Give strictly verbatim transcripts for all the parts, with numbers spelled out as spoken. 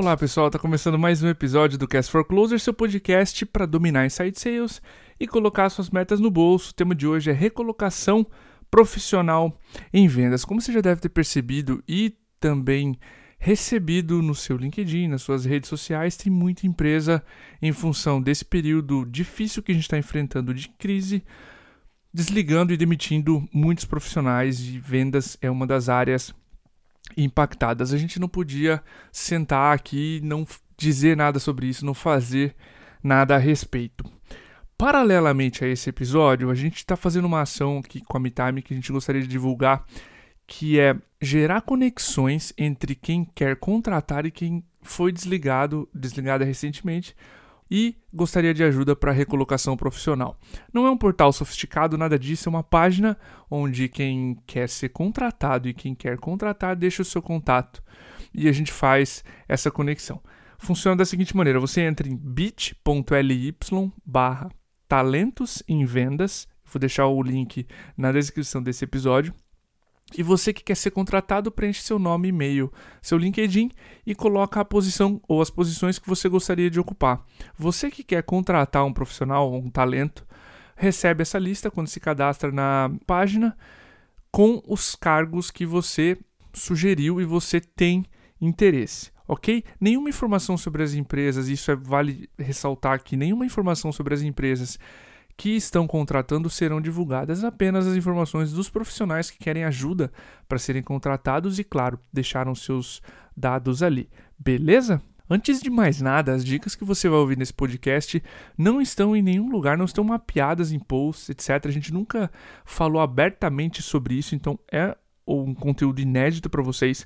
Olá pessoal, tá começando mais um episódio do Cast for Closer, seu podcast para dominar inside sales e colocar suas metas no bolso. O tema de hoje é recolocação profissional em vendas. Como você já deve ter percebido e também recebido no seu LinkedIn, nas suas redes sociais, tem muita empresa em função desse período difícil que a gente está enfrentando de crise, desligando e demitindo muitos profissionais, e vendas é uma das áreas impactadas. A gente não podia sentar aqui e não dizer nada sobre isso, não fazer nada a respeito. Paralelamente a esse episódio, a gente está fazendo uma ação aqui com a MeTime que a gente gostaria de divulgar, que é gerar conexões entre quem quer contratar e quem foi desligado, desligada recentemente, e gostaria de ajuda para recolocação profissional. Não é um portal sofisticado, nada disso, é uma página onde quem quer ser contratado e quem quer contratar deixa o seu contato e a gente faz essa conexão. Funciona da seguinte maneira: você entra em bit.ly barra talentos em vendas, vou deixar o link na descrição desse episódio. E você que quer ser contratado, preenche seu nome, e-mail, seu LinkedIn e coloca a posição ou as posições que você gostaria de ocupar. Você que quer contratar um profissional ou um talento, recebe essa lista quando se cadastra na página com os cargos que você sugeriu e você tem interesse, ok? Nenhuma informação sobre as empresas, isso é, vale ressaltar aqui, nenhuma informação sobre as empresas que estão contratando serão divulgadas, apenas as informações dos profissionais que querem ajuda para serem contratados e, claro, deixaram seus dados ali. Beleza? Antes de mais nada, as dicas que você vai ouvir nesse podcast não estão em nenhum lugar, não estão mapeadas em posts, etcétera. A gente nunca falou abertamente sobre isso, então é um conteúdo inédito para vocês.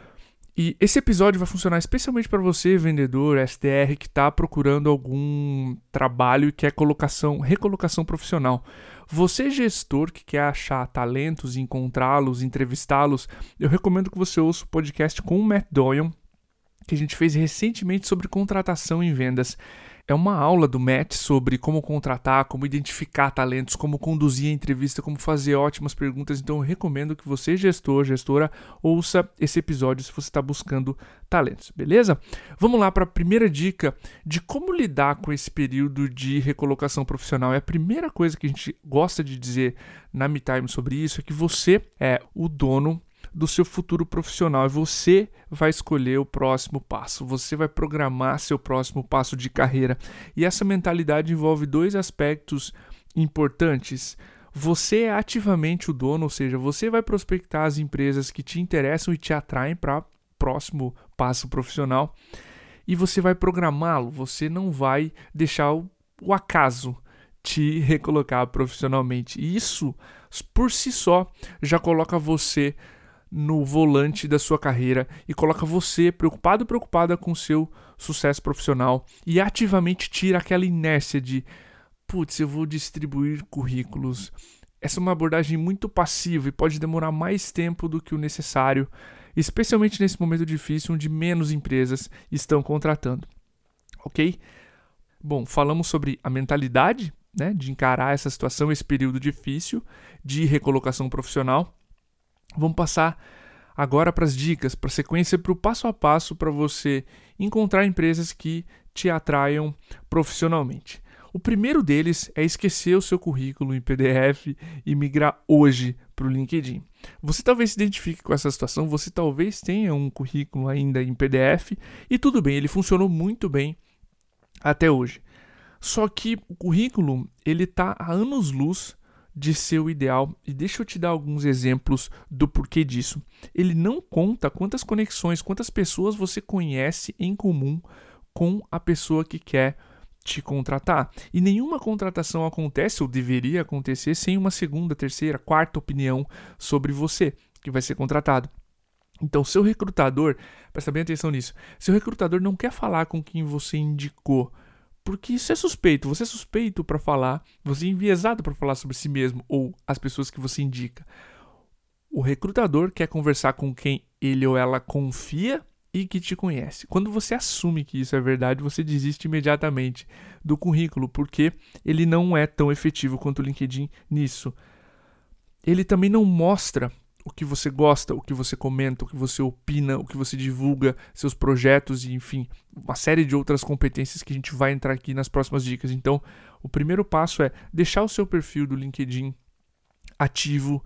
E esse episódio vai funcionar especialmente para você, vendedor, S D R, que está procurando algum trabalho e quer colocação, recolocação profissional. Você, gestor, que quer achar talentos, encontrá-los, entrevistá-los, eu recomendo que você ouça o podcast com o Matt Doyon, que a gente fez recentemente sobre contratação em vendas. É uma aula do Matt sobre como contratar, como identificar talentos, como conduzir a entrevista, como fazer ótimas perguntas. Então eu recomendo que você, gestor, gestora, ouça esse episódio se você está buscando talentos, beleza? Vamos lá para a primeira dica de como lidar com esse período de recolocação profissional. É a primeira coisa que a gente gosta de dizer na MeTime sobre isso, é que você é o dono do seu futuro profissional e você vai escolher o próximo passo, você vai programar seu próximo passo de carreira. E essa mentalidade envolve dois aspectos importantes. Você é ativamente o dono, ou seja, você vai prospectar as empresas que te interessam e te atraem para o próximo passo profissional e você vai programá-lo, você não vai deixar o, o acaso te recolocar profissionalmente. E isso, por si só, já coloca você no volante da sua carreira e coloca você preocupado ou preocupada com o seu sucesso profissional e ativamente tira aquela inércia de putz, eu vou distribuir currículos. Essa é uma abordagem muito passiva e pode demorar mais tempo do que o necessário, especialmente nesse momento difícil onde menos empresas estão contratando, ok? Bom, falamos sobre a mentalidade, né, de encarar essa situação, esse período difícil de recolocação profissional. Vamos passar agora para as dicas, para a sequência, para o passo a passo para você encontrar empresas que te atraiam profissionalmente. O primeiro deles é esquecer o seu currículo em P D F e migrar hoje para o LinkedIn. Você talvez se identifique com essa situação, você talvez tenha um currículo ainda em P D F e tudo bem, ele funcionou muito bem até hoje. Só que o currículo ele está a anos-luz de seu ideal, e deixa eu te dar alguns exemplos do porquê disso. Ele não conta quantas conexões, quantas pessoas você conhece em comum com a pessoa que quer te contratar. E nenhuma contratação acontece, ou deveria acontecer, sem uma segunda, terceira, quarta opinião sobre você, que vai ser contratado. Então, seu recrutador, presta bem atenção nisso, seu recrutador não quer falar com quem você indicou, porque isso é suspeito, você é suspeito para falar, você é enviesado para falar sobre si mesmo ou as pessoas que você indica. O recrutador quer conversar com quem ele ou ela confia e que te conhece. Quando você assume que isso é verdade, você desiste imediatamente do currículo, porque ele não é tão efetivo quanto o LinkedIn nisso. Ele também não mostra o que você gosta, o que você comenta, o que você opina, o que você divulga, seus projetos e, enfim, uma série de outras competências que a gente vai entrar aqui nas próximas dicas. Então, o primeiro passo é deixar o seu perfil do LinkedIn ativo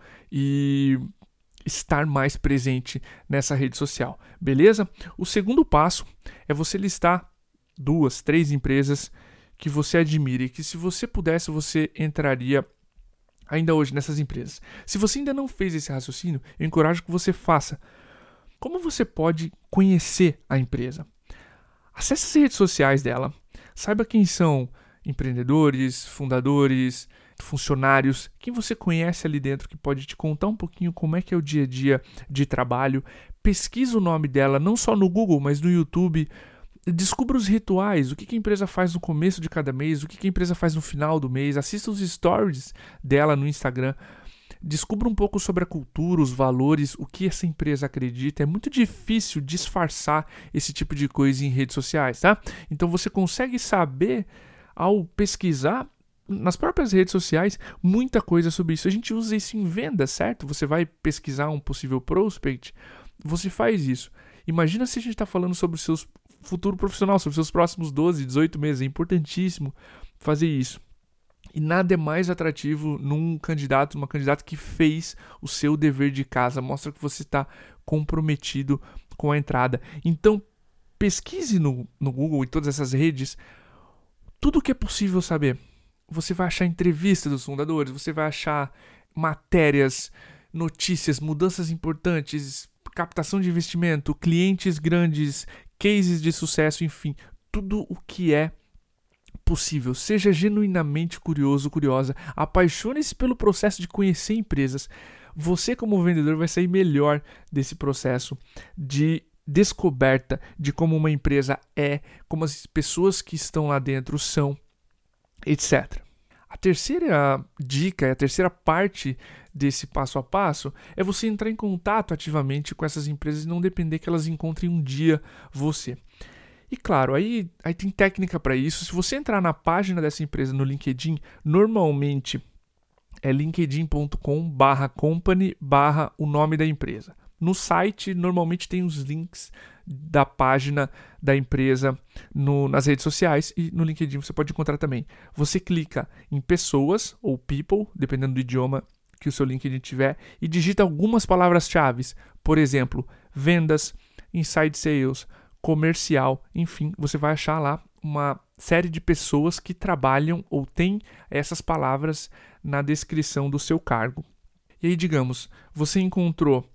e estar mais presente nessa rede social, beleza? O segundo passo é você listar duas, três empresas que você admira e que, se você pudesse, você entraria ainda hoje nessas empresas. Se você ainda não fez esse raciocínio, eu encorajo que você faça. Como você pode conhecer a empresa? Acesse as redes sociais dela, saiba quem são empreendedores, fundadores, funcionários, quem você conhece ali dentro que pode te contar um pouquinho como é que é o dia a dia de trabalho. Pesquisa o nome dela, não só no Google, mas no YouTube. Descubra os rituais, o que a empresa faz no começo de cada mês, o que a empresa faz no final do mês, assista os stories dela no Instagram, descubra um pouco sobre a cultura, os valores, o que essa empresa acredita. É muito difícil disfarçar esse tipo de coisa em redes sociais, tá? Então você consegue saber, ao pesquisar nas próprias redes sociais, muita coisa sobre isso. A gente usa isso em vendas, certo? Você vai pesquisar um possível prospect, você faz isso. Imagina se a gente está falando sobre os seus futuro profissional, sobre os seus próximos doze, dezoito meses. É importantíssimo fazer isso. E nada é mais atrativo num candidato, uma candidata que fez o seu dever de casa, mostra que você está comprometido com a entrada. Então, pesquise no, no Google e todas essas redes tudo o que é possível saber. Você vai achar entrevistas dos fundadores, você vai achar matérias, notícias, mudanças importantes, captação de investimento, clientes grandes, cases de sucesso, enfim, tudo o que é possível. Seja genuinamente curioso, curiosa. Apaixone-se pelo processo de conhecer empresas. Você, como vendedor, vai sair melhor desse processo de descoberta de como uma empresa é, como as pessoas que estão lá dentro são, etcétera. A terceira dica, a terceira parte desse passo a passo é você entrar em contato ativamente com essas empresas e não depender que elas encontrem um dia você. E claro, aí, aí tem técnica para isso. Se você entrar na página dessa empresa no LinkedIn, normalmente é linkedin ponto com barra company barra o nome da empresa. No site, normalmente tem os links da página da empresa no, nas redes sociais, e no LinkedIn você pode encontrar também. Você clica em pessoas ou people, dependendo do idioma que o seu LinkedIn tiver, e digita algumas palavras-chave. Por exemplo, vendas, inside sales, comercial, enfim, você vai achar lá uma série de pessoas que trabalham ou têm essas palavras na descrição do seu cargo. E aí, digamos, você encontrou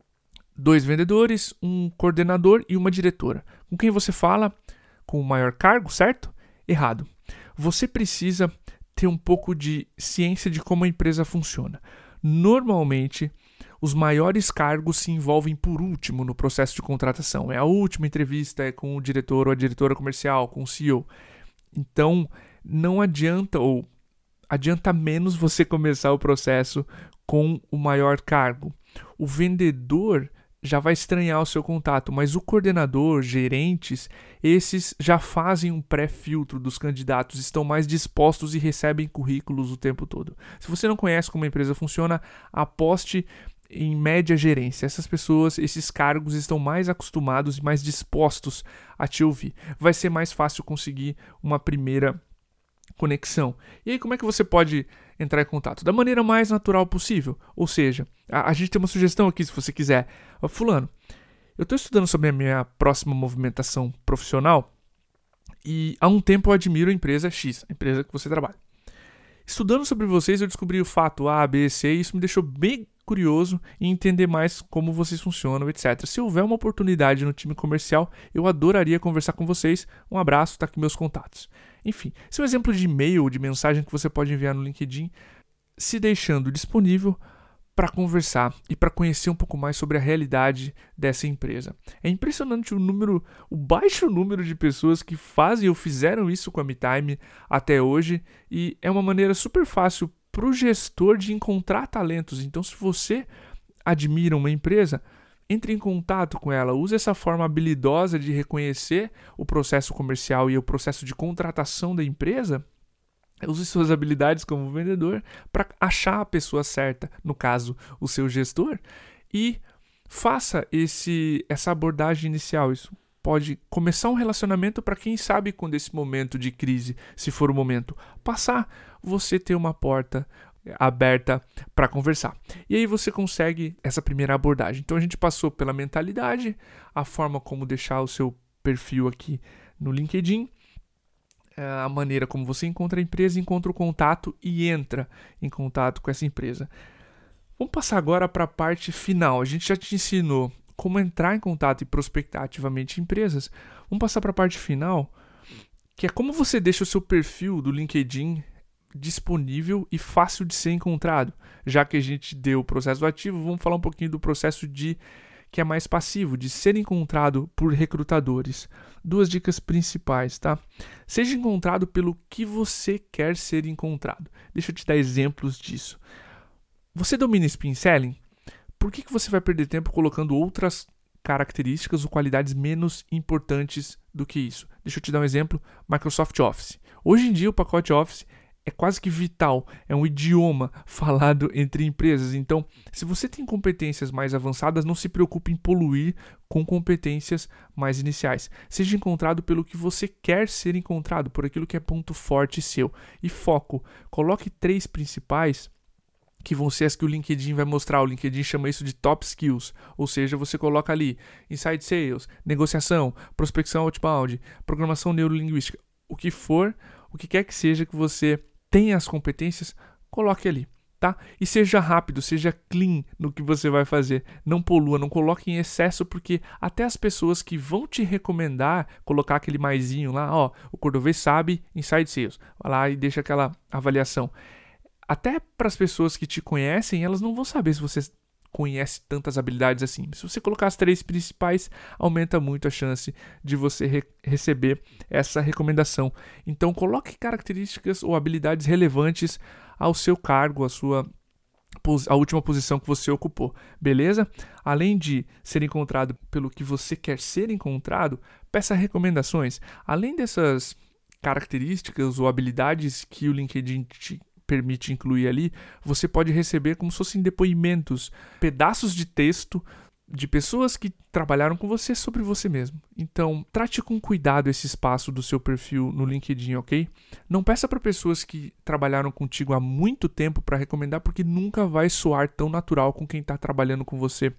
dois vendedores, um coordenador e uma diretora. Com quem você fala? Com o maior cargo, certo? Errado. Você precisa ter um pouco de ciência de como a empresa funciona. Normalmente, os maiores cargos se envolvem por último no processo de contratação. É a última entrevista, é com o diretor ou a diretora comercial, com o C E O. Então, não adianta ou adianta menos você começar o processo com o maior cargo. O vendedor já vai estranhar o seu contato, mas o coordenador, gerentes, esses já fazem um pré-filtro dos candidatos, estão mais dispostos e recebem currículos o tempo todo. Se você não conhece como a empresa funciona, aposte em média gerência. Essas pessoas, esses cargos estão mais acostumados e mais dispostos a te ouvir. Vai ser mais fácil conseguir uma primeira conexão. E aí, como é que você pode entrar em contato? Da maneira mais natural possível. Ou seja, a, a gente tem uma sugestão aqui, se você quiser. Fulano, eu estou estudando sobre a minha próxima movimentação profissional e há um tempo eu admiro a empresa X, a empresa que você trabalha. Estudando sobre vocês, eu descobri o fato A, B, C, e isso me deixou bem curioso em entender mais como vocês funcionam, etcétera. Se houver uma oportunidade no time comercial, eu adoraria conversar com vocês. Um abraço, tá aqui meus contatos. Enfim, esse é um exemplo de e-mail ou de mensagem que você pode enviar no LinkedIn, se deixando disponível para conversar e para conhecer um pouco mais sobre a realidade dessa empresa. É impressionante o número, o baixo número de pessoas que fazem ou fizeram isso com a MeTime até hoje, e é uma maneira super fácil para o gestor de encontrar talentos. Então, se você admira uma empresa, entre em contato com ela, use essa forma habilidosa de reconhecer o processo comercial e o processo de contratação da empresa Use suas habilidades como vendedor para achar a pessoa certa, no caso, o seu gestor, e faça esse, essa abordagem inicial. Isso pode começar um relacionamento para quem sabe quando esse momento de crise, se for o momento, passar, você ter uma porta aberta para conversar. E aí você consegue essa primeira abordagem. Então a gente passou pela mentalidade, a forma como deixar o seu perfil aqui no LinkedIn, a maneira como você encontra a empresa, encontra o contato e entra em contato com essa empresa. Vamos passar agora para a parte final. A gente já te ensinou como entrar em contato e prospectar ativamente empresas. Vamos passar para a parte final, que é como você deixa o seu perfil do LinkedIn disponível e fácil de ser encontrado. Já que a gente deu o processo ativo, vamos falar um pouquinho do processo de que é mais passivo, de ser encontrado por recrutadores. Duas dicas principais, tá? Seja encontrado pelo que você quer ser encontrado. Deixa eu te dar exemplos disso. Você domina Spin Selling? Por que, que você vai perder tempo colocando outras características ou qualidades menos importantes do que isso? Deixa eu te dar um exemplo. Microsoft Office. Hoje em dia o pacote Office é quase que vital, é um idioma falado entre empresas. Então, se você tem competências mais avançadas, não se preocupe em poluir com competências mais iniciais. Seja encontrado pelo que você quer ser encontrado, por aquilo que é ponto forte seu. E foco, coloque três principais que vão ser as que o LinkedIn vai mostrar. O LinkedIn chama isso de top skills, ou seja, você coloca ali inside sales, negociação, prospecção outbound, programação neurolinguística, o que for, o que quer que seja que você tenha as competências, coloque ali, tá? E seja rápido, seja clean no que você vai fazer. Não polua, não coloque em excesso, porque até as pessoas que vão te recomendar colocar aquele maisinho lá, ó, o cordovês sabe inside sales, vai lá e deixa aquela avaliação. Até para as pessoas que te conhecem, elas não vão saber se você conhece tantas habilidades assim. Se você colocar as três principais, aumenta muito a chance de você re- receber essa recomendação. Então, coloque características ou habilidades relevantes ao seu cargo, à sua a última posição que você ocupou, beleza? Além de ser encontrado pelo que você quer ser encontrado, peça recomendações. Além dessas características ou habilidades que o LinkedIn te permite incluir ali, você pode receber como se fossem depoimentos, pedaços de texto de pessoas que trabalharam com você sobre você mesmo. Então, trate com cuidado esse espaço do seu perfil no LinkedIn, ok? Não peça para pessoas que trabalharam contigo há muito tempo para recomendar, porque nunca vai soar tão natural com quem está trabalhando com você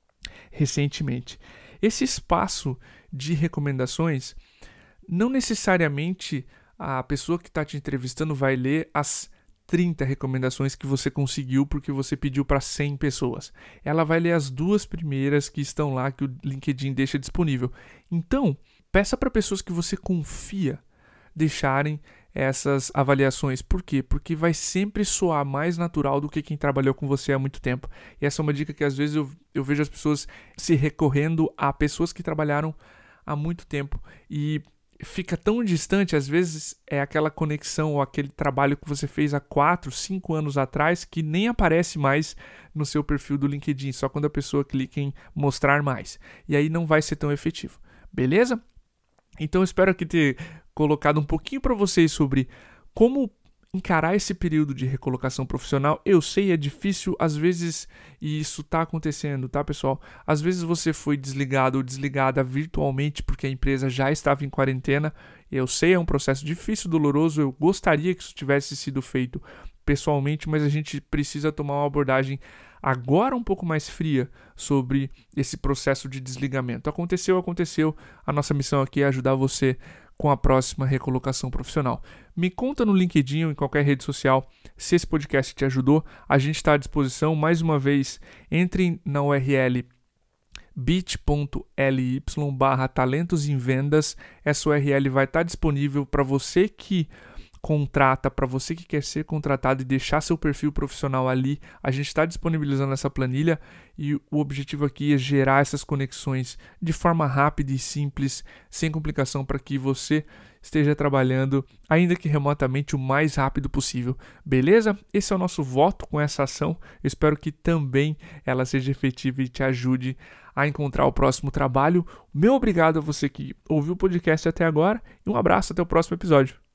recentemente. Esse espaço de recomendações, não necessariamente a pessoa que está te entrevistando vai ler as trinta recomendações que você conseguiu porque você pediu para cem pessoas. Ela vai ler as duas primeiras que estão lá, que o LinkedIn deixa disponível. Então, peça para pessoas que você confia deixarem essas avaliações. Por quê? Porque vai sempre soar mais natural do que quem trabalhou com você há muito tempo. E essa é uma dica que às vezes eu, eu vejo as pessoas se recorrendo a pessoas que trabalharam há muito tempo. E fica tão distante, às vezes é aquela conexão ou aquele trabalho que você fez há quatro, cinco anos atrás que nem aparece mais no seu perfil do LinkedIn, só quando a pessoa clica em mostrar mais. E aí não vai ser tão efetivo, beleza? Então eu espero aqui ter colocado um pouquinho para vocês sobre como encarar esse período de recolocação profissional. Eu sei, é difícil às vezes, e isso está acontecendo, tá, pessoal? Às vezes você foi desligado ou desligada virtualmente porque a empresa já estava em quarentena. Eu sei, é um processo difícil, doloroso. Eu gostaria que isso tivesse sido feito pessoalmente, mas a gente precisa tomar uma abordagem agora um pouco mais fria sobre esse processo de desligamento. Aconteceu, aconteceu. A nossa missão aqui é ajudar você com a próxima recolocação profissional. Me conta no LinkedIn ou em qualquer rede social se esse podcast te ajudou. A gente está à disposição. Mais uma vez, entre na U R L bit.ly barra talentos em vendas. Essa U R L vai estar disponível para você que contrata, para você que quer ser contratado e deixar seu perfil profissional ali. A gente está disponibilizando essa planilha e o objetivo aqui é gerar essas conexões de forma rápida e simples, sem complicação, para que você esteja trabalhando, ainda que remotamente, o mais rápido possível. Beleza? Esse é o nosso voto com essa ação. Eu espero que também ela seja efetiva e te ajude a encontrar o próximo trabalho. Meu obrigado a você que ouviu o podcast até agora e um abraço, até o próximo episódio.